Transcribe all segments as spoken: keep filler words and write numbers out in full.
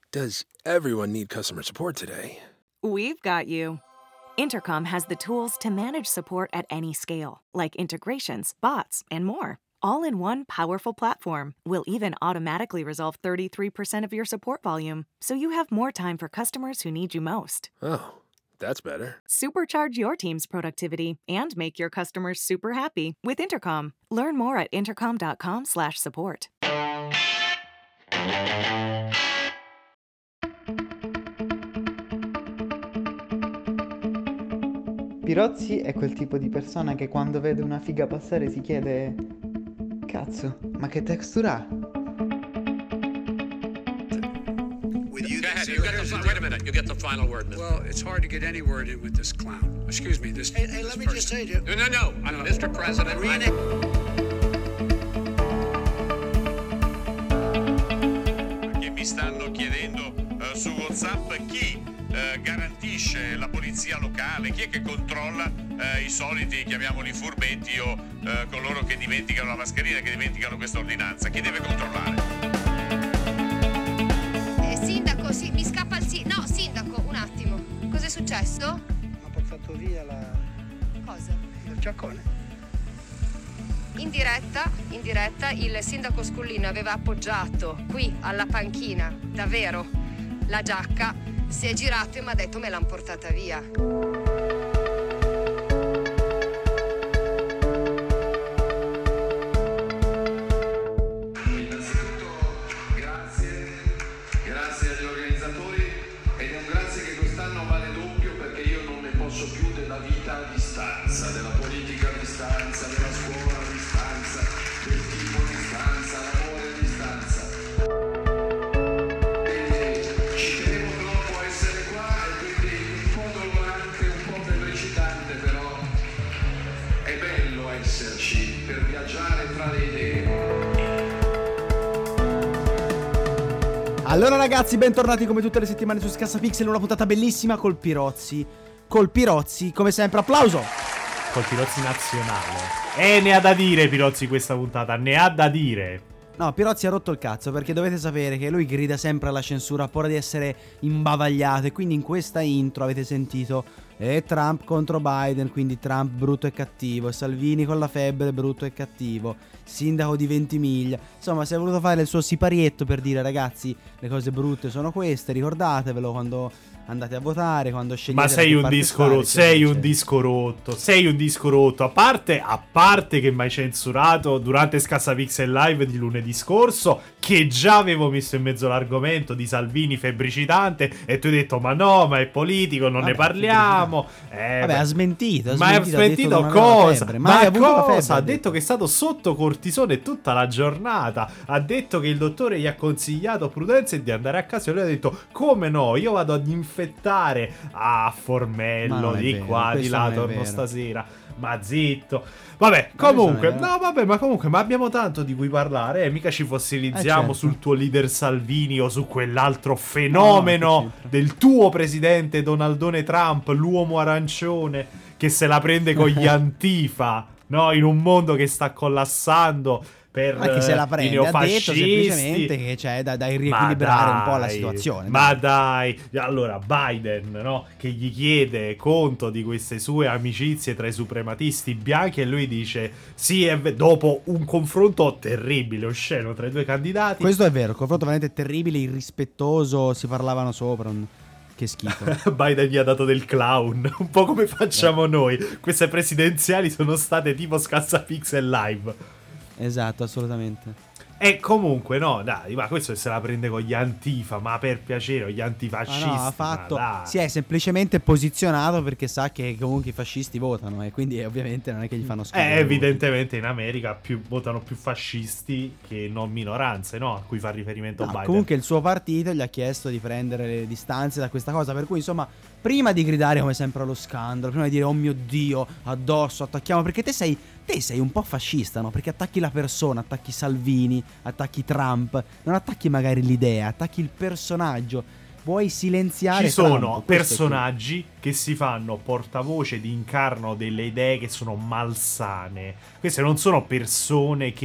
Does everyone need customer support today? We've got you. Intercom has the tools to manage support at any scale, like integrations, bots, and more. All in one powerful platform. We'll even automatically resolve thirty-three percent of your support volume, so you have more time for customers who need you most. Oh, that's better. Supercharge your team's productivity and make your customers super happy with Intercom. Learn more at intercom.com slash support. Pirozzi è quel tipo di persona che quando vede una figa passare si chiede: cazzo, ma che textura ha? With you, Go ahead, so you get the, here's fi- the wait a minute, you get the final word, mister. Well, it's hard to get any word in with this clown. Excuse me, this. Hey, hey, this let me person. just say to you. No, No, no, no, No. Mister President. Read I- Che mi stanno chiedendo eh, su WhatsApp chi eh, garantisce la polizia locale, chi è che controlla eh, i soliti, chiamiamoli furbetti o eh, coloro che dimenticano la mascherina, che dimenticano questa ordinanza, chi deve controllare? Eh, sindaco, sì, mi scappa il sì. No, sindaco, un attimo. Cos'è successo? Ha portato via la... Cosa? il giaccone. In diretta, in diretta, il sindaco Scullino aveva appoggiato qui alla panchina, davvero, la giacca, si è girato e mi ha detto me l'han portata via. Innanzitutto grazie, grazie agli organizzatori ed è un grazie che quest'anno vale doppio perché io non ne posso più della vita a distanza, della politica a distanza, della scuola a distanza, del tipo a distanza, l'amore a distanza. E ci tenevo troppo a essere qua e quindi un po' dolorante, un po' febbricitante, però è bello esserci per viaggiare tra le idee. Allora ragazzi, bentornati come tutte le settimane su Scassapixel, una puntata bellissima col Pirozzi. Col Pirozzi, come sempre, applauso! Col Pirozzi nazionale. E ne ha da dire Pirozzi questa puntata, ne ha da dire. No, Pirozzi ha rotto il cazzo perché dovete sapere che lui grida sempre alla censura a paura di essere imbavagliato. E quindi in questa intro avete sentito eh, Trump contro Biden, quindi Trump brutto e cattivo, e Salvini con la febbre brutto e cattivo, sindaco di Ventimiglia. Insomma, si è voluto fare il suo siparietto per dire ragazzi, le cose brutte sono queste, ricordatevelo quando andate a votare, quando scegliete. Ma sei un parte disco stare, rotto, sei dice. un disco rotto, sei un disco rotto. A parte, a parte che mi hai censurato durante Scassapixel Live di lunedì scorso, che già avevo messo in mezzo l'argomento di Salvini febbricitante, e tu hai detto ma no, ma è politico, non Vabbè, ne parliamo. Eh, Vabbè, beh. ha smentito, ha Ma ha smentito, ha detto smentito che non aveva la cosa? febbre. Ma Mai avuto la cosa? febbre, Ha detto che è stato sotto cortisone tutta la giornata. Ha detto che il dottore gli ha consigliato prudenza e di andare a casa. E lui ha detto come no, io vado ad infettare a Ma Formello non è di vero, qua, di questo là, non è torno vero. stasera. Ma zitto. Vabbè, Ma comunque, questo non è no, vabbè, ma comunque, ma abbiamo tanto di cui parlare. Eh, mica ci fossilizziamo Eh, certo. sul tuo leader Salvini o su quell'altro fenomeno No, che c'entra? del tuo presidente Donaldone Trump, l'uomo arancione che se la prende con gli Antifa, no? In un mondo che sta collassando per Ma che se la eh, i prende, ha detto neofascisti. semplicemente che c'è da, da Ma riequilibrare un po' la dai, situazione. Ma dai. dai, allora Biden, no? Che gli chiede conto di queste sue amicizie tra i suprematisti bianchi e lui dice sì, è ve-", dopo un confronto terribile, osceno tra i due candidati. Questo è vero, il confronto veramente terribile, irrispettoso, si parlavano sopra, un... che schifo. Biden gli ha dato del clown, un po' come facciamo noi. Queste presidenziali sono state tipo Scassapixel Live. Esatto, assolutamente. E comunque no, dai, ma questo se la prende con gli Antifa, ma per piacere, gli antifascisti. Ma no, ha ma fatto, dai. si è semplicemente posizionato perché sa che comunque i fascisti votano e quindi eh, ovviamente non è che gli fanno schifo. Eh, evidentemente in America più, votano più fascisti che non minoranze, no? A cui fa riferimento No, Biden. comunque il suo partito gli ha chiesto di prendere le distanze da questa cosa, per cui insomma, prima di gridare come sempre allo scandalo, prima di dire oh mio Dio, addosso, attacchiamo, perché te sei, te sei un po' fascista, no? Perché attacchi la persona, attacchi Salvini, attacchi Trump, non attacchi magari l'idea, attacchi il personaggio. Vuoi silenziare Ci sono Trump, questo è personaggi che si fanno portavoce di incarno delle idee che sono malsane. Queste non sono persone che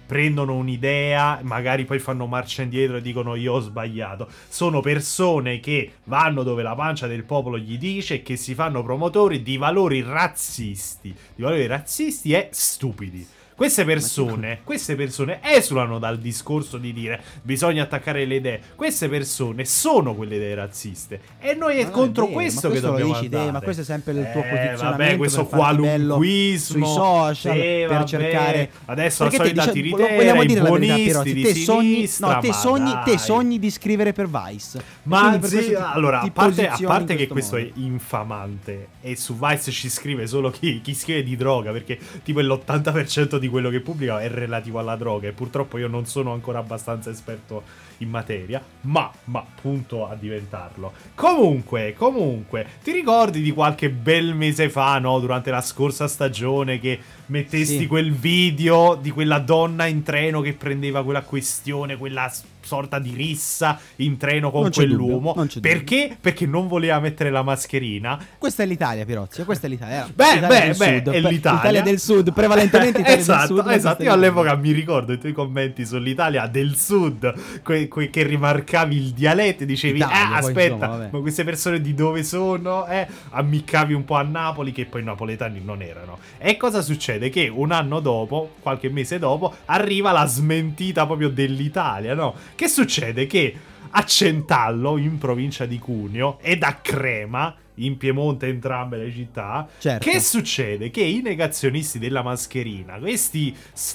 prendono un'idea, magari poi fanno marcia indietro e dicono io ho sbagliato. Sono persone che vanno dove la pancia del popolo gli dice e che si fanno promotori di valori razzisti, di valori razzisti e stupidi. Queste persone, queste persone esulano dal discorso di dire bisogna attaccare le idee. Queste persone sono quelle idee razziste e noi è Ma contro è vero, questo ma che questo lo dobbiamo dici te, andare. ma questo è sempre il tuo eh, posizionamento vabbè, questo per farti bello qualunquismo sui social, sì, per vabbè. cercare Adesso la perché solita te, dice, tiritera, vogliamo i dire la verità, buonisti Pirozzi, di te sogni, sinistra, no, te ma sogni, te dai. sogni di scrivere per Vice. Ma Quindi per sì, questo ti- allora, ti a parte, a posizioni parte in che questo modo. è infamante e su Vice ci scrive solo chi, chi scrive di droga, perché tipo l'ottanta per cento di quello che pubblica è relativo alla droga e purtroppo io non sono ancora abbastanza esperto in materia, ma, ma punto a diventarlo. Comunque, comunque, ti ricordi di qualche bel mese fa, no, durante la scorsa stagione che mettesti Sì. quel video di quella donna in treno che prendeva quella questione, quella s- sorta di rissa in treno con Non c'è quell'uomo? dubbio, non c'è Perché? Perché non voleva mettere la mascherina. Questa è l'Italia, Pirozzi, questa è l'Italia. Beh, L'Italia beh, del beh, Sud, è pre- l'Italia. L'Italia del Sud, prevalentemente Italia esatto, del Sud. ma esatto. questa Io è all'epoca l'Italia. mi ricordo i tuoi commenti sull'Italia del Sud, que- que- che rimarcavi il dialetto e dicevi, Italia, eh, poi, aspetta, insomma, vabbè. ma queste persone di dove sono? Eh, ammiccavi un po' a Napoli, che poi napoletani non erano. E cosa succede? Che un anno dopo, qualche mese dopo, arriva la smentita proprio dell'Italia, no? Che succede? Che a Centallo, in provincia di Cuneo, ed a Crema, in Piemonte, entrambe le città, Certo. che succede? Che i negazionisti della mascherina, questi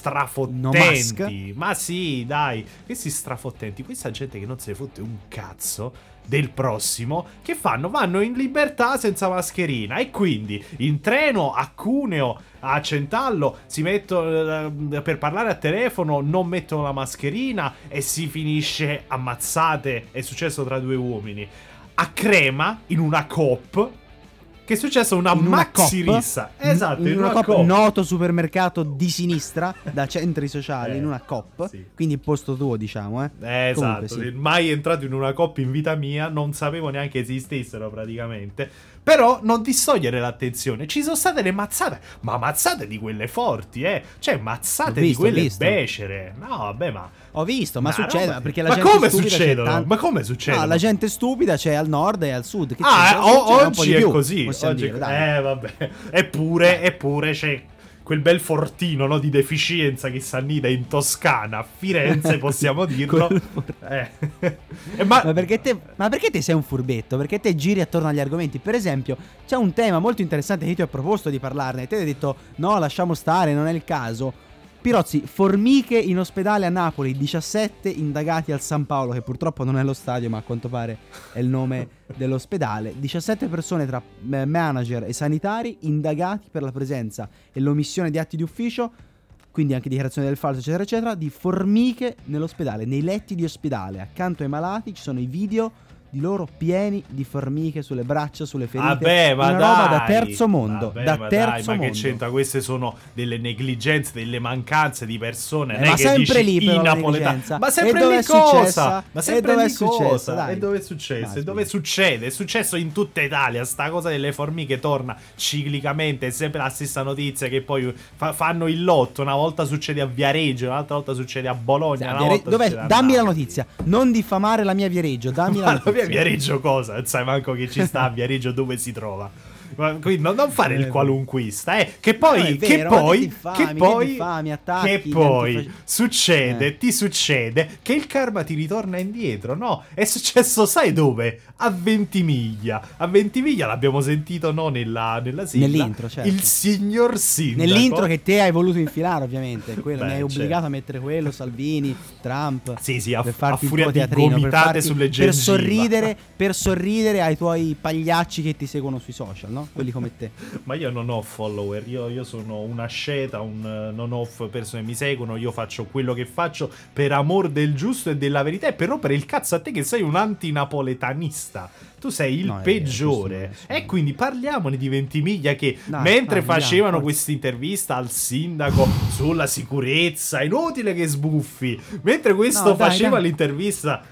No mask. strafottenti, ma sì, dai, questi strafottenti, questa gente che non se ne fotte un cazzo del prossimo, che fanno? Vanno in libertà senza mascherina e quindi in treno a Cuneo, a Centallo, si mettono eh, per parlare a telefono, non mettono la mascherina e si finisce ammazzate. È successo tra due uomini. A Crema, in una coop, che è successo una In una maxi Coop, rissa. Esatto, in, in una una Coop, Coop. noto supermercato di sinistra da centri sociali, Eh, in una Coop, sì. quindi il posto tuo, diciamo, eh. Eh, Comunque, esatto, sì. mai entrato in una coppia in vita mia, non sapevo neanche esistessero praticamente. Però non distogliere l'attenzione, ci sono state le mazzate, ma mazzate di quelle forti, eh. Cioè mazzate Ho visto, di quelle ho visto. becere. No, vabbè, ma Ho visto, ma Una succede, roba- perché la ma gente come stupida c'è succedono? tan- Ma come succedono? No, la gente stupida c'è al nord e al sud. Che Ah, c'è? eh, o- C'è un po' oggi di è più, così. possiamo Oggi è dire, co- dai. eh, vabbè. Eppure, eppure c'è quel bel fortino, no, di deficienza che s'annida in Toscana, a Firenze, possiamo dirlo. Quel for- Eh. Eh, ma Ma perché, te, ma perché te sei un furbetto? Perché te giri attorno agli argomenti. Per esempio, c'è un tema molto interessante che io ti ho proposto di parlarne. E te hai detto, no, lasciamo stare, non è il caso. Pirozzi, formiche in ospedale a Napoli, diciassette indagati al San Paolo, che purtroppo non è lo stadio, ma a quanto pare è il nome dell'ospedale. diciassette persone tra eh, manager e sanitari indagati per la presenza e l'omissione di atti di ufficio, quindi anche dichiarazione del falso, eccetera, eccetera, di formiche nell'ospedale, nei letti di ospedale. Accanto ai malati ci sono i video di loro pieni di formiche sulle braccia, sulle ferite. Vabbè, ma una dai, roba da terzo mondo, Vabbè, da ma terzo dai, ma mondo. che c'entra? Queste sono delle negligenze, delle mancanze di persone. Eh, non è ma che sempre dici lì però i la napoletani. negligenza. Ma sempre E dove lì è successa? cosa? Ma E sempre dove è lì successa? cosa? Dai. E dove è successo? Dai, E dove spiega. succede? È successo in tutta Italia. Sta cosa delle formiche torna ciclicamente. È sempre la stessa notizia che poi fa- fanno il lotto. Una volta succede a Viareggio, un'altra volta succede a Bologna. Sì, una Viare- volta dov'è? succede a Dammi la Napoli. notizia. Non diffamare la mia Viareggio. Dammi la Ma la notizia. mia Viareggio cosa? Non sai manco che ci sta a Viareggio dove si trova. Ma quindi non, non fare il Eh, qualunquista, eh. Che poi, No, è che vero, ma poi, che diffami, che che poi, diffami, attacchi, che poi antifa- succede, Eh. ti succede che il karma ti ritorna indietro, no? È successo, sai dove? A Ventimiglia. A Ventimiglia l'abbiamo sentito, no? Nella, nella sigla. Nell'intro, certo. Il signor sindaco. Nell'intro che te hai voluto infilare, ovviamente. Quello, Beh, mi hai certo. obbligato a mettere quello, Salvini, Trump. Sì, sì, a, per a farti il furia tuo di teatrino, per, gomitate farti- sulle per gengiva. sorridere, per sorridere ai tuoi pagliacci che ti seguono sui social, no? Quelli come te. Ma io non ho follower, io, io sono una sceta, un eh, non ho f- persone che mi seguono, io faccio quello che faccio per amor del giusto e della verità e per rompere il cazzo a te che sei un antinapoletanista. Tu sei il No, è vero, peggiore. questo no, E quindi parliamone di Ventimiglia che Dai, mentre dai, facevano andiamo, questa intervista al sindaco sulla sicurezza, inutile che sbuffi, mentre questo No, dai, faceva dai. l'intervista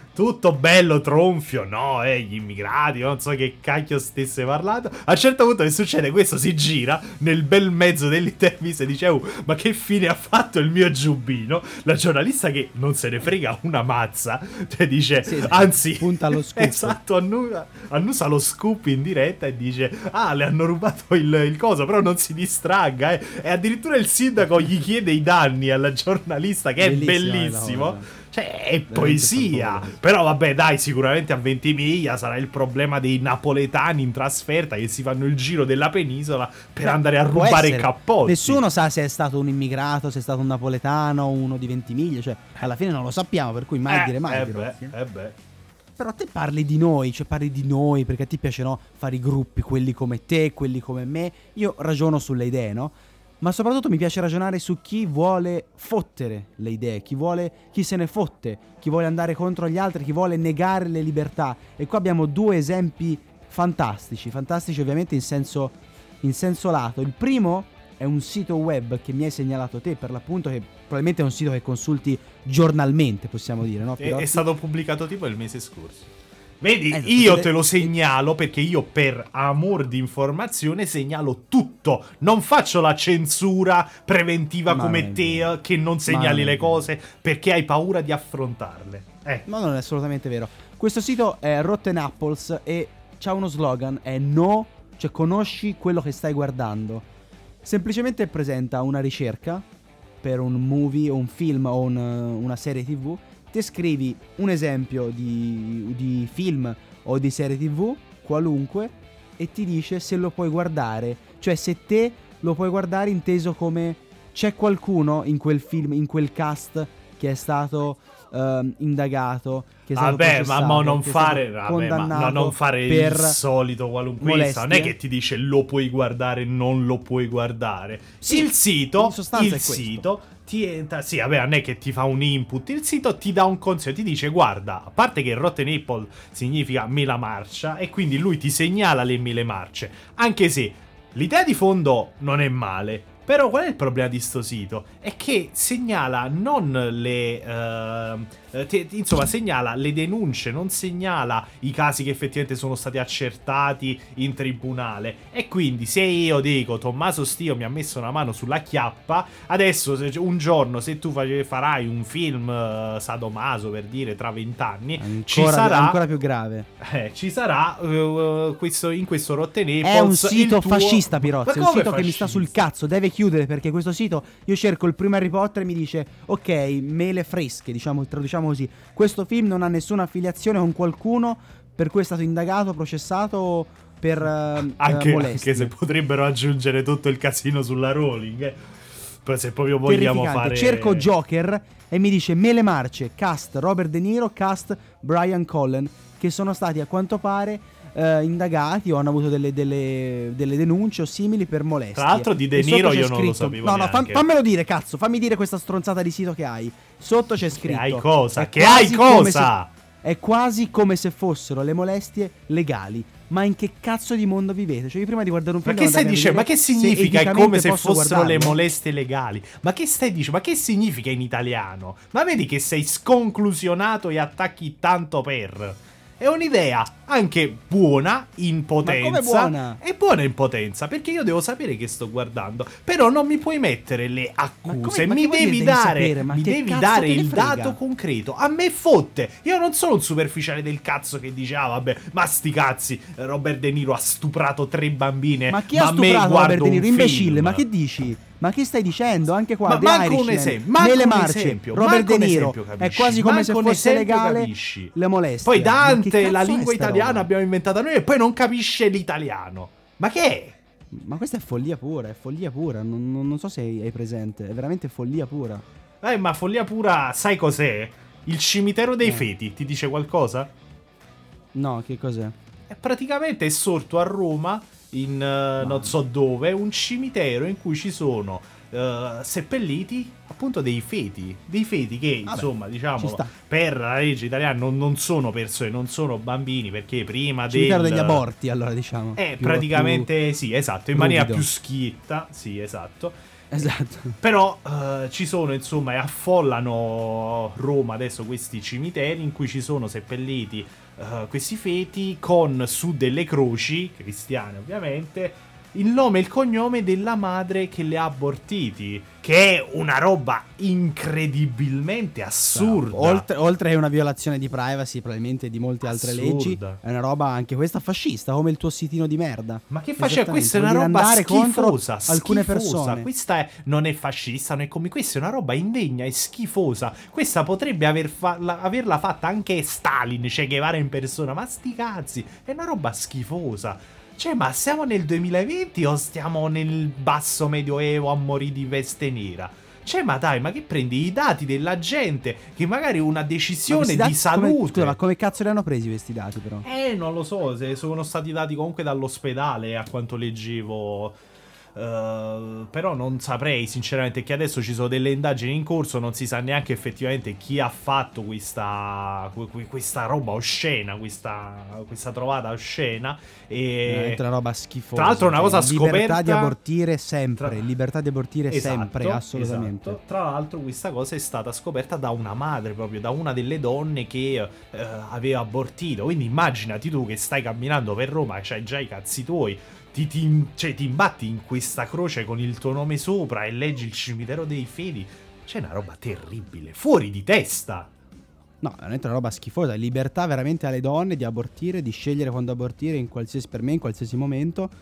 tutto bello tronfio, no, eh, gli immigrati, non so che cacchio stesse parlando. A un certo punto che succede questo, si gira nel bel mezzo dell'intervista e dice: oh, ma che fine ha fatto il mio giubbino? La giornalista, che non se ne frega una mazza, cioè dice, sì, anzi, punta allo scoop. Esatto, annusa, annusa lo scoop in diretta e dice: ah, le hanno rubato il, il coso, però non si distragga, eh. E addirittura il sindaco gli chiede i danni alla giornalista, che bellissimo, è bellissimo. Cioè, è poesia. Però vabbè, dai, sicuramente a Ventimiglia sarà il problema dei napoletani in trasferta che si fanno il giro della penisola per no, andare a rubare i cappotti. Nessuno sa se è stato un immigrato, se è stato un napoletano, uno di Ventimiglia. Cioè, alla fine non lo sappiamo, per cui mai eh, dire mai. Eh beh, eh beh. Però te parli di noi, cioè parli di noi perché a te piace, no, fare i gruppi, quelli come te, quelli come me. Io ragiono sulle idee, no? Ma soprattutto mi piace ragionare su chi vuole fottere le idee, chi vuole, chi se ne fotte, chi vuole andare contro gli altri, chi vuole negare le libertà. E qua abbiamo due esempi fantastici, fantastici ovviamente in senso, in senso lato. Il primo è un sito web che mi hai segnalato te, per l'appunto, che probabilmente è un sito che consulti giornalmente, possiamo dire, no? È, è stato pubblicato tipo il mese scorso. Vedi, esatto, io te lo segnalo perché io per amor di informazione segnalo tutto. Non faccio la censura preventiva ma come te che non segnali le cose perché hai paura di affrontarle. Eh. Ma non è assolutamente vero. Questo sito è Rotten Apples e c'ha uno slogan, è no, cioè conosci quello che stai guardando. Semplicemente presenta una ricerca per un movie o un film o un, una serie tv. Te scrivi un esempio di, di film o di serie tv, qualunque, e ti dice se lo puoi guardare. Cioè se te lo puoi guardare inteso come c'è qualcuno in quel film, in quel cast che è stato uh, indagato, che è stato vabbè, ma, ma non che fare, vabbè, ma no, non fare il solito qualunque. Non è che ti dice lo puoi guardare, non lo puoi guardare. Sì, il sito, il sito ti entra, sì, vabbè, non è che ti fa un input, il sito ti dà un consiglio, ti dice guarda, a parte che Rotten Apple significa mela marcia e quindi lui ti segnala le mele marce, anche se l'idea di fondo non è male. Però qual è il problema di sto sito? È che segnala non le... Uh, te, insomma, segnala le denunce, non segnala i casi che effettivamente sono stati accertati in tribunale. E quindi se io dico Tommaso Stio mi ha messo una mano sulla chiappa, adesso se, un giorno se tu farai un film uh, sadomaso, per dire, tra vent'anni, ancora, ci sarà... ancora più grave. Eh, ci sarà uh, questo, in questo Rotten Apples è un sito tuo... fascista, Pirozzi, è un sito fascista? Che mi sta sul cazzo, deve chiudere perché questo sito, io cerco il primo Harry Potter e mi dice ok, mele fresche, diciamo, traduciamo così, questo film non ha nessuna affiliazione con qualcuno per cui è stato indagato, processato per uh, anche, molestie. Anche se potrebbero aggiungere tutto il casino sulla Rowling, eh. Poi se proprio vogliamo fare... Cerco Joker e mi dice mele marce, cast Robert De Niro, cast Brian Cullen, che sono stati a quanto pare Uh, indagati o hanno avuto delle, delle, delle denunce o simili per molestie. Tra l'altro di De Niro io scritto, non lo sapevo no, neanche. No, fam, fammelo dire, cazzo, fammi dire questa stronzata di sito che hai. Sotto c'è scritto che hai cosa? Che hai cosa? Se, è quasi come se fossero le molestie legali. Ma in che cazzo di mondo vivete? Cioè io prima di guardare un film... Ma che stai dicendo? Ma che significa se come se fossero guardarlo? Le molestie legali? Ma che stai dicendo? Ma che significa in italiano? Ma vedi che sei sconclusionato e attacchi tanto per... È un'idea anche buona in potenza. Ma come buona? È buona in potenza, perché io devo sapere che sto guardando. Però non mi puoi mettere le accuse. Ma come, ma mi devi devi dare, sapere? Ma mi che devi cazzo dare te ne il frega? dato concreto. A me fotte. Io non sono un superficiale del cazzo che dice ah vabbè, ma sti cazzi, Robert De Niro ha stuprato tre bambine. Ma chi ma ha stuprato Robert De Niro? Imbecille, film. Ma che dici? Ma che stai dicendo? Anche qua, ma The manco Irishman, un esempio, manco nelle un marce, esempio, Robert De Niro, esempio, è quasi come manco se fosse legale capisci. Le molestie. Poi Dante, la cazzo è lingua sta italiana roba? abbiamo inventata noi e poi non capisce l'italiano. Ma che è? Ma questa è follia pura, è follia pura, non, non, non so se hai presente, è veramente follia pura. Eh, ma follia pura, sai cos'è? Il cimitero dei Eh. feti, ti dice qualcosa? No, che cos'è? È praticamente è sorto a Roma, in uh, non so dove, un cimitero in cui ci sono uh, seppelliti appunto dei feti, dei feti che Vabbè, insomma ci diciamo sta. per la legge italiana non, non sono persone, non sono bambini, perché prima del... Cimitero degli aborti, allora diciamo. Eh, Più- praticamente sì, esatto, in ruvido. maniera più schietta, sì, esatto. Esatto. Però uh, ci sono, insomma, e affollano Roma adesso questi cimiteri in cui ci sono seppelliti uh, questi feti con su delle croci, cristiane ovviamente, il nome e il cognome della madre che le ha abortiti, che è una roba incredibilmente assurda. Oltre, oltre che una violazione di privacy, probabilmente di molte altre Assurda. leggi, è una roba anche questa fascista, come il tuo sitino di merda. Ma che faccia? Esattamente, Questa è una vuol dire roba andare contro schifosa, alcune schifosa. persone. Questa è, non è fascista, non è come, questa è una roba indegna e schifosa. Questa potrebbe aver fa- la, averla fatta anche Stalin, Che Guevara in persona. Ma sti cazzi, è una roba schifosa. Cioè, ma siamo nel duemilaventi o stiamo nel basso medioevo a morire di veste nera? Cioè, ma dai, ma che prendi i dati della gente che magari una decisione di salute... Come, scusa, ma come cazzo li hanno presi questi dati, però? Eh, non lo so, se sono stati dati comunque dall'ospedale, a quanto leggevo. Uh, però non saprei sinceramente, che adesso ci sono delle indagini in corso, non si sa neanche effettivamente chi ha fatto questa questa roba oscena, questa, questa trovata oscena, e è una roba schifosa. Tra l'altro una cosa cioè, scoperta, libertà di abortire sempre, tra... libertà di abortire esatto, sempre, assolutamente. Esatto. Tra l'altro questa cosa è stata scoperta da una madre, proprio da una delle donne che uh, aveva abortito. Quindi immaginati tu che stai camminando per Roma, c'hai già i cazzi tuoi, Ti, ti, cioè, ti imbatti in questa croce con il tuo nome sopra e leggi il cimitero dei fedi. C'è una roba terribile, fuori di testa. No, veramente una roba schifosa. Libertà veramente alle donne di abortire, di scegliere quando abortire in qualsiasi, per me in qualsiasi momento.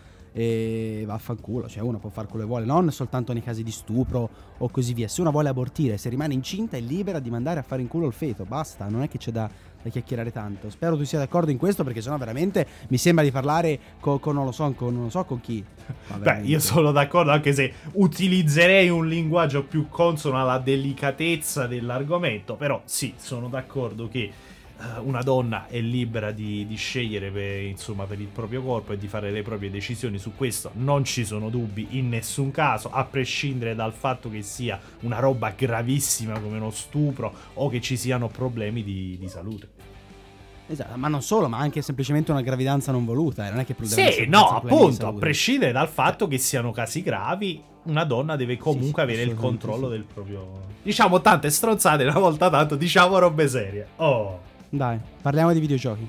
E vaffanculo, cioè uno può fare quello che vuole, non soltanto nei casi di stupro o così via. Se uno vuole abortire, se rimane incinta, è libera di mandare a fare in culo il feto, basta, non è che c'è da, da chiacchierare tanto. Spero tu sia d'accordo in questo, perché sennò veramente mi sembra di parlare con, con non lo so, con non lo so con chi. Beh, io sono d'accordo, anche se utilizzerei un linguaggio più consono alla delicatezza dell'argomento, però sì, sono d'accordo che una donna è libera di, di scegliere per, insomma, per il proprio corpo e di fare le proprie decisioni. Su questo non ci sono dubbi in nessun caso, a prescindere dal fatto che sia una roba gravissima come uno stupro o che ci siano problemi di, di salute. Esatto, ma non solo, ma anche semplicemente una gravidanza non voluta, eh. Non è che sì, no, appunto, a prescindere dal fatto che siano casi gravi, una donna deve comunque sì, avere il controllo sì. del proprio... Diciamo tante stronzate, una volta tanto diciamo robe serie. Oh. Dai, parliamo di videogiochi.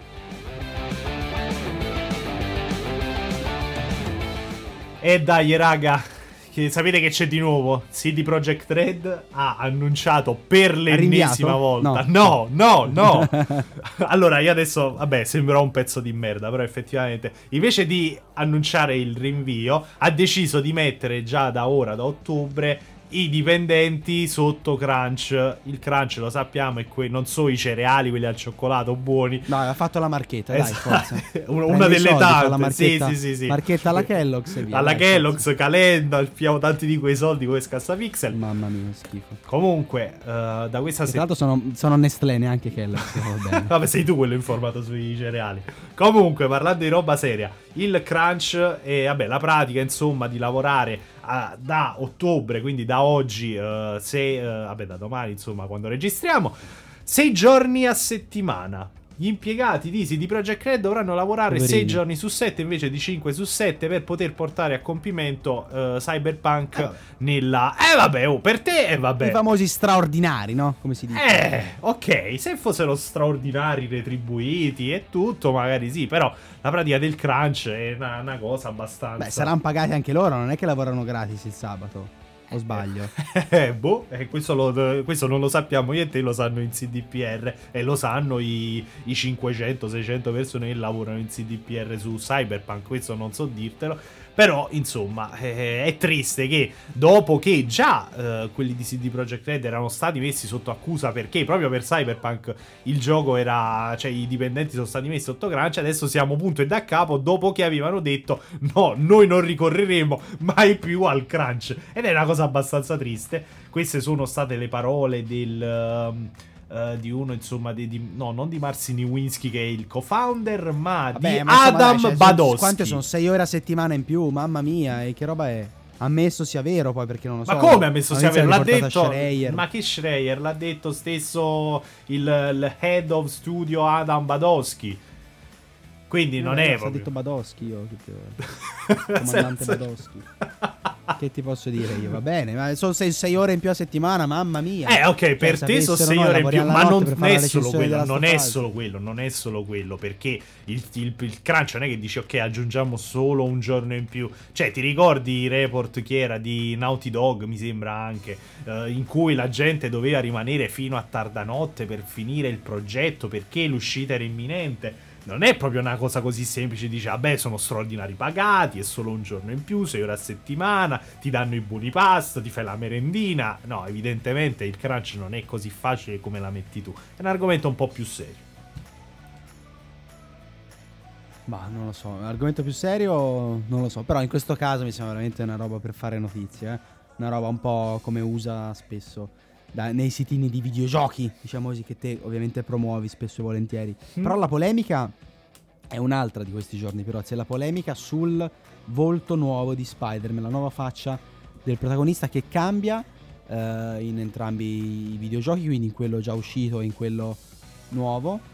E dai raga, che sapete che c'è di nuovo? C D Projekt Red ha annunciato per l'ennesima volta. No, no, no, no. Allora io adesso, vabbè, sembrò un pezzo di merda, però effettivamente invece di annunciare il rinvio ha deciso di mettere già da ora, da ottobre, i dipendenti sotto crunch. Il crunch lo sappiamo è que- non so i cereali, quelli al cioccolato buoni. No, ha fatto la marchetta, dai, forza. una, una delle tante. Marchetta, sì, sì, sì, sì. Marchetta alla Kellogg's e via. Alla dai, Kellogg's, forza. Calenda, alfiamo tanti di quei soldi come Scassapixel. Mamma mia, schifo. Comunque, uh, da questa se... Tra l'altro sono, sono Nestlé, neanche Kellogg's. Vabbè, sei tu quello informato sui cereali. Comunque, parlando di roba seria, il crunch e vabbè, la pratica, insomma, di lavorare a, da ottobre, quindi da oggi, uh, se, uh, vabbè, da domani, insomma, quando registriamo, sei giorni a settimana. Gli impiegati di C D Projekt Red dovranno lavorare Poverini. sei giorni su sette invece di cinque su sette per poter portare a compimento uh, Cyberpunk eh, nella... Eh vabbè, oh, per te, eh vabbè. I famosi straordinari, no? Come si dice? Eh, ok, se fossero straordinari, retribuiti e tutto, magari sì, però la pratica del crunch è una, una cosa abbastanza... Beh, saranno pagati anche loro, non è che lavorano gratis il sabato. O sbaglio? Eh, boh, eh, questo, lo, questo non lo sappiamo io e te, lo sanno in C D P R e lo sanno i, i cinquecento seicento persone che lavorano in C D P R su Cyberpunk, questo non so dirtelo. Però, insomma, eh, è triste che dopo che già eh, quelli di C D Projekt Red erano stati messi sotto accusa perché proprio per Cyberpunk il gioco era... cioè i dipendenti sono stati messi sotto crunch, adesso siamo punto e da capo dopo che avevano detto no, noi non ricorreremo mai più al crunch. Ed è una cosa abbastanza triste. Queste sono state le parole del... Um, Uh, di uno, insomma, di, di, no, non di Marcin Iwinski che è il co-founder, ma Vabbè, di ma Adam dai, cioè, Badowski. Quante sono? sei ore a settimana in più, mamma mia, e che roba è? Ammesso sia vero, poi, perché non lo so. Ma come ammesso sia vero? L'ha detto Schreier. Ma che Schreier? L'ha detto stesso il, il head of studio Adam Badowski. Quindi no, non è proprio... Ho detto Badowski io, comandante Badowski. Che ti posso dire io? Va bene, ma sono sei, sei ore in più a settimana, mamma mia. Eh, ok, per cioè, te sono sei noi, ore in più, ma non, non è solo quello, della non è Last of Us. solo quello, non è solo quello, perché il, il, il crunch non è che dici ok, aggiungiamo solo un giorno in più. Cioè, ti ricordi i report che era di Naughty Dog, mi sembra anche, eh, in cui la gente doveva rimanere fino a tarda notte per finire il progetto perché l'uscita era imminente. Non è proprio una cosa così semplice, dice vabbè sono straordinari pagati, è solo un giorno in più, sei ore a settimana, ti danno i buoni pasto, ti fai la merendina. No, evidentemente il crunch non è così facile come la metti tu, è un argomento un po' più serio. Ma non lo so, un argomento più serio non lo so, però in questo caso mi sembra veramente una roba per fare notizie, eh? Una roba un po' come usa spesso da, nei sitini di videogiochi, diciamo così, che te ovviamente promuovi spesso e volentieri. Mm. Però la polemica è un'altra di questi giorni, però c'è la polemica sul volto nuovo di Spider-Man, la nuova faccia del protagonista che cambia eh, in entrambi i videogiochi, quindi in quello già uscito e in quello nuovo.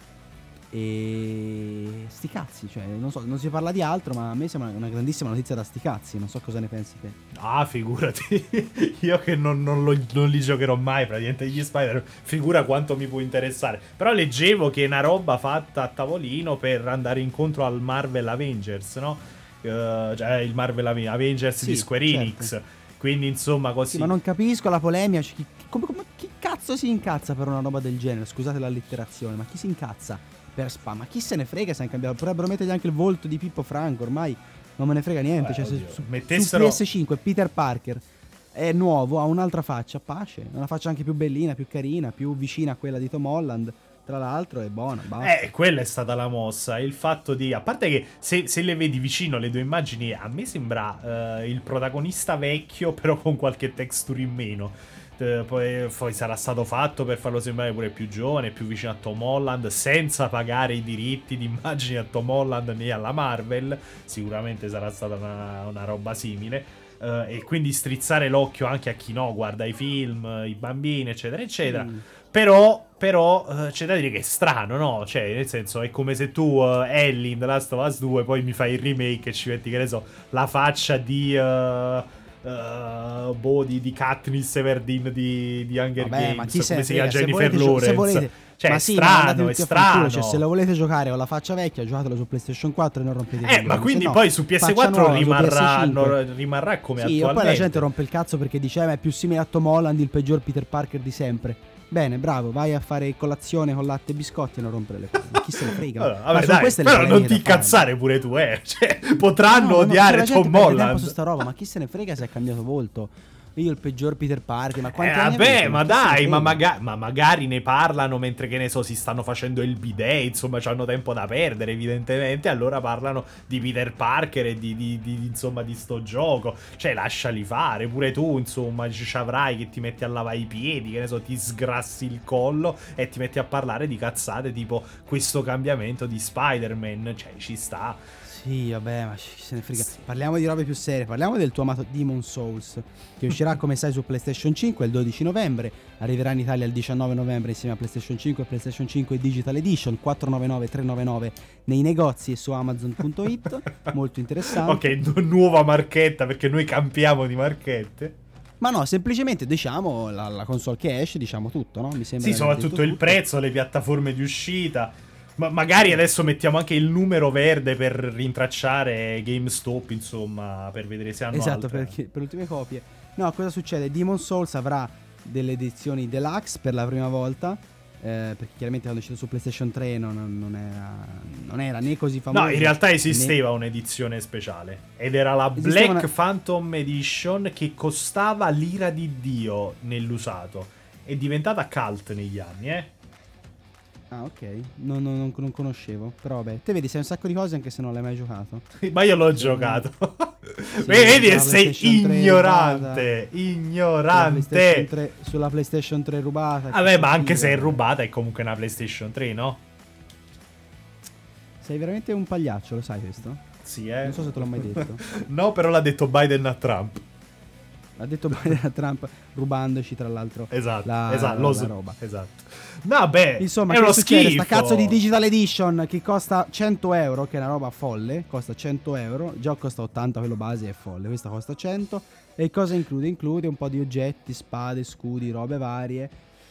E sti cazzi, cioè non so, non si parla di altro, ma a me sembra una grandissima notizia da sti cazzi. Non so cosa ne pensi te. Ah, figurati. Io che non, non, lo, non li giocherò mai praticamente gli Spider, figura quanto mi può interessare. Però leggevo che è una roba fatta a tavolino per andare incontro al Marvel Avengers, no? Uh, cioè il Marvel Avengers sì, di Square Enix, certo. Quindi insomma così. Sì, ma non capisco la polemica, cioè, chi, come, come, chi cazzo si incazza per una roba del genere? Scusate l'allitterazione, ma chi si incazza per spam? Ma chi se ne frega se hanno cambiato? Potrebbero mettergli anche il volto di Pippo Franco, ormai non me ne frega niente. Beh, cioè, se su, mettessero... su P S cinque Peter Parker è nuovo, ha un'altra faccia, pace, una faccia anche più bellina, più carina, più vicina a quella di Tom Holland. Tra l'altro è buona, basta. Eh, quella è stata la mossa. Il fatto di... A parte che se, se le vedi vicino le due immagini, a me sembra uh, il protagonista vecchio, però con qualche texture in meno. Poi, poi sarà stato fatto per farlo sembrare pure più giovane, più vicino a Tom Holland, senza pagare i diritti di immagini a Tom Holland né alla Marvel. Sicuramente sarà stata una, una roba simile. Uh, e quindi strizzare l'occhio anche a chi no guarda i film, i bambini, eccetera, eccetera. Mm. Però, però uh, c'è da dire che è strano, no? Cioè, nel senso, è come se tu, uh, Ellie in The Last of Us due, poi mi fai il remake e ci metti, che ne so, la faccia di... Uh, Uh, boh, di, di Katniss Everdeen di, di Hunger Vabbè, Games, ma chi come se si chiama, se Jennifer volete, Lawrence. Se volete, cioè ma è sì, strano, è strano. Cioè, se lo volete giocare con la faccia vecchia, giocatelo su PlayStation quattro e non rompete Eh, ma quindi no, poi su P S quattro rimarrà, no, rimarrà come sì, attualmente. Poi la gente rompe il cazzo perché dice eh, ma è più simile a Tom Holland, il peggior Peter Parker di sempre. Bene, bravo, vai a fare colazione con latte e biscotti e non rompere le cose. Chi se ne frega? Allora, vabbè, dai, però non ti incazzare pure tu, eh. Cioè, potranno no, odiare no, Tom Holland. Su sta roba, ma chi se ne frega se ha cambiato volto? Io il peggior Peter Parker, ma quanti eh, anni vabbè, avete? ma dai, ma, maga- ma magari ne parlano mentre, che ne so, si stanno facendo il bidet, insomma, c'hanno tempo da perdere, evidentemente, allora parlano di Peter Parker e di, di, di insomma, di sto gioco. Cioè, lasciali fare, pure tu, insomma, ci avrai che ti metti a lavare i piedi, che ne so, ti sgrassi il collo e ti metti a parlare di cazzate tipo questo cambiamento di Spider-Man, cioè, ci sta. Sì, vabbè, ma chi se ne frega. Sì. Parliamo di robe più serie. Parliamo del tuo amato Demon's Souls, che uscirà, come sai, su PlayStation cinque il dodici novembre. Arriverà in Italia il diciannove novembre insieme a PlayStation cinque e PlayStation cinque Digital Edition, quattro nove nove tre nove nove nei negozi e su Amazon punto it. Molto interessante. Ok, nuova marchetta, perché noi campiamo di marchette. Ma no, semplicemente diciamo la, la console che esce, diciamo tutto, no? Mi sembra. Sì, soprattutto il tutto. prezzo, le piattaforme di uscita. Ma magari adesso mettiamo anche il numero verde per rintracciare GameStop, insomma, per vedere se hanno esatto, altre. Perché, per le ultime copie. No, cosa succede? Demon's Souls avrà delle edizioni deluxe per la prima volta, eh, perché chiaramente quando è uscito su PlayStation tre non, non, era, non era né così famoso. No, in realtà esisteva né... un'edizione speciale. Ed era la esisteva Black una... Phantom Edition, che costava l'ira di Dio nell'usato. È diventata cult negli anni, eh. Ah, ok, non, non, non conoscevo. Però vabbè, te vedi, sai un sacco di cose anche se non l'hai mai giocato. Ma io l'ho giocato. Sì, vedi che sei ignorante. Ignorante. Sulla PlayStation tre, sulla PlayStation tre rubata. Vabbè, ma anche se è rubata è comunque una PlayStation tre, no? Sei veramente un pagliaccio, lo sai questo? Sì, eh. Non so se te l'ho mai detto. No, però l'ha detto Biden a Trump. ha detto Biden a Trump rubandoci tra l'altro Esatto, la, esatto, la, lo la so, roba. Esatto. Vabbè, Insomma, è che uno succede? schifo. Sta cazzo di Digital Edition che costa cento euro, che è una roba folle, costa cento euro, già costa ottanta, quello base è folle, questa costa cento. E cosa include? Include un po' di oggetti, spade, scudi, robe varie,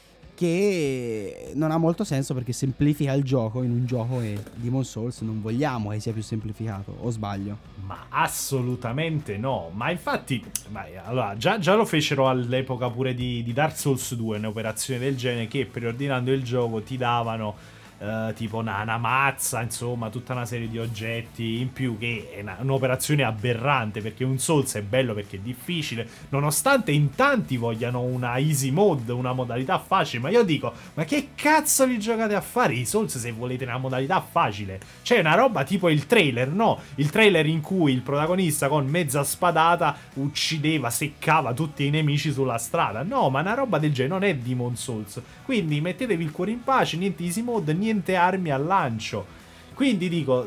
che non ha molto senso perché semplifica il gioco in un gioco e Demon's Souls non vogliamo che sia più semplificato, o sbaglio? Ma assolutamente no. Ma infatti, ma, allora, già, già lo fecero all'epoca pure di, di Dark Souls due, un'operazione del genere, che preordinando il gioco ti davano Uh, tipo una, una mazza, insomma, tutta una serie di oggetti in più, che è una, un'operazione aberrante, perché un Souls è bello perché è difficile, nonostante in tanti vogliano una easy mode, una modalità facile. Ma io dico, ma che cazzo vi giocate a fare i Souls se volete una modalità facile? C'è una roba tipo il trailer, no? Il trailer in cui il protagonista con mezza spadata uccideva, seccava tutti i nemici sulla strada. No, ma una roba del genere non è Demon's Souls. Quindi mettetevi il cuore in pace, niente easy mode, niente armi al lancio. Quindi dico,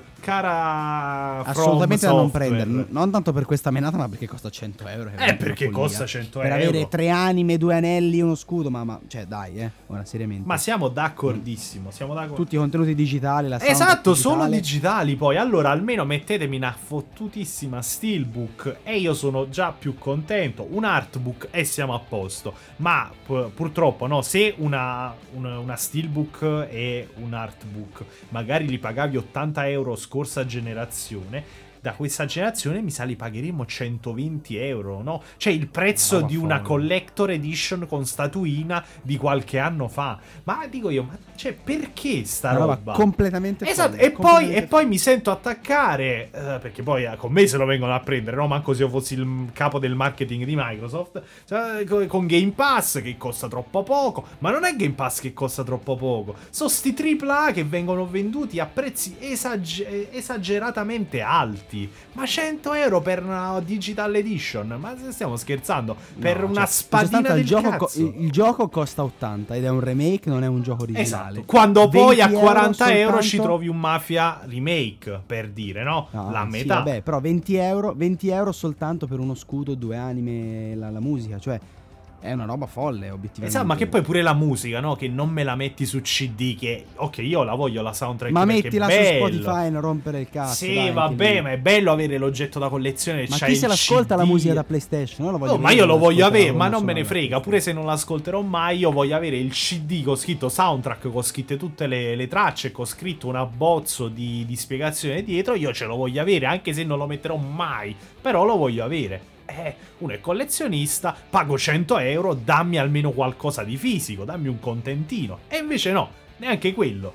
cara assolutamente da From non Software, prendere, non tanto per questa menata, ma perché costa cento euro. Eh, perché costa cento per euro. Per avere tre anime, due anelli, uno scudo, ma, ma cioè dai, eh, ora seriamente. Ma siamo d'accordissimo, siamo d'accordo. Tutti i contenuti digitali, la soundtrack esatto, digitale. solo digitali poi. Allora almeno mettetemi una fottutissima steelbook e io sono già più contento. Un artbook e siamo a posto. Ma pu- purtroppo no, se una, una, una steelbook e un artbook magari li pagavi ottanta euro scorsa generazione, da questa generazione mi sa li pagheremo centoventi euro, no? Cioè il prezzo No, di una folle. collector edition con statuina di qualche anno fa. Ma dico io, ma cioè perché sta Una roba roba? completamente Esatto, folle, e poi, completamente e poi mi sento attaccare, eh, perché poi eh, con me se lo vengono a prendere, no? Manco se io fossi il capo del marketing di Microsoft, cioè, co- con Game Pass che costa troppo poco. Ma non è Game Pass che costa troppo poco, sono sti tripla A che vengono venduti a prezzi esag- esageratamente alti. Ma cento euro per una Digital Edition? Ma stiamo scherzando? Per No, una cioè, spadina in sostanza del il gioco, co- cazzo. il, il gioco costa ottanta ed è un remake, non è un gioco originale. Esatto. Quando poi a venti quaranta euro soltanto- ci trovi un Mafia remake, per dire, no? No, La sì, metà. vabbè, però venti euro, venti euro soltanto per uno scudo, due anime, la, la musica, cioè è una roba folle obiettivamente. Esatto, ma che poi pure la musica, no? Che non me la metti su C D, che ok, io la voglio la soundtrack, Ma perché mettila è su bello. Spotify e non rompere il cazzo. Sì, dai, vabbè, anche lì. ma è bello avere l'oggetto da collezione. Ma c'hai chi se il l'ascolta C D. la musica da PlayStation? No, lo voglio Oh, ma vedere, io lo voglio l'ascolta avere, la ma colonna non me ne sonora. frega. Pure se non l'ascolterò mai, io voglio avere il C D con scritto soundtrack, con scritte tutte le, le tracce, con scritto un abbozzo di, di spiegazione dietro. Io ce lo voglio avere, anche se non lo metterò mai. Però lo voglio avere. Eh, uno è collezionista, pago cento euro, dammi almeno qualcosa di fisico, dammi un contentino. E invece no, neanche quello.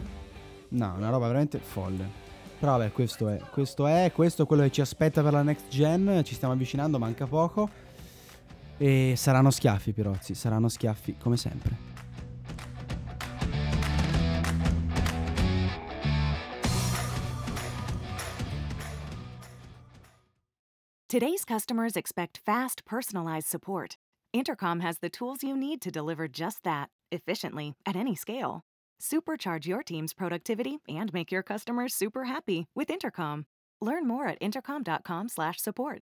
No, una roba veramente folle. Però vabbè, questo è, questo è, questo è quello che ci aspetta per la next gen. Ci stiamo avvicinando, manca poco. E saranno schiaffi, Pirozzi, saranno schiaffi come sempre. Today's customers expect fast, personalized support. Intercom has the tools you need to deliver just that, efficiently, at any scale. Supercharge your team's productivity and make your customers super happy with Intercom. Learn more at intercom dot com slash support.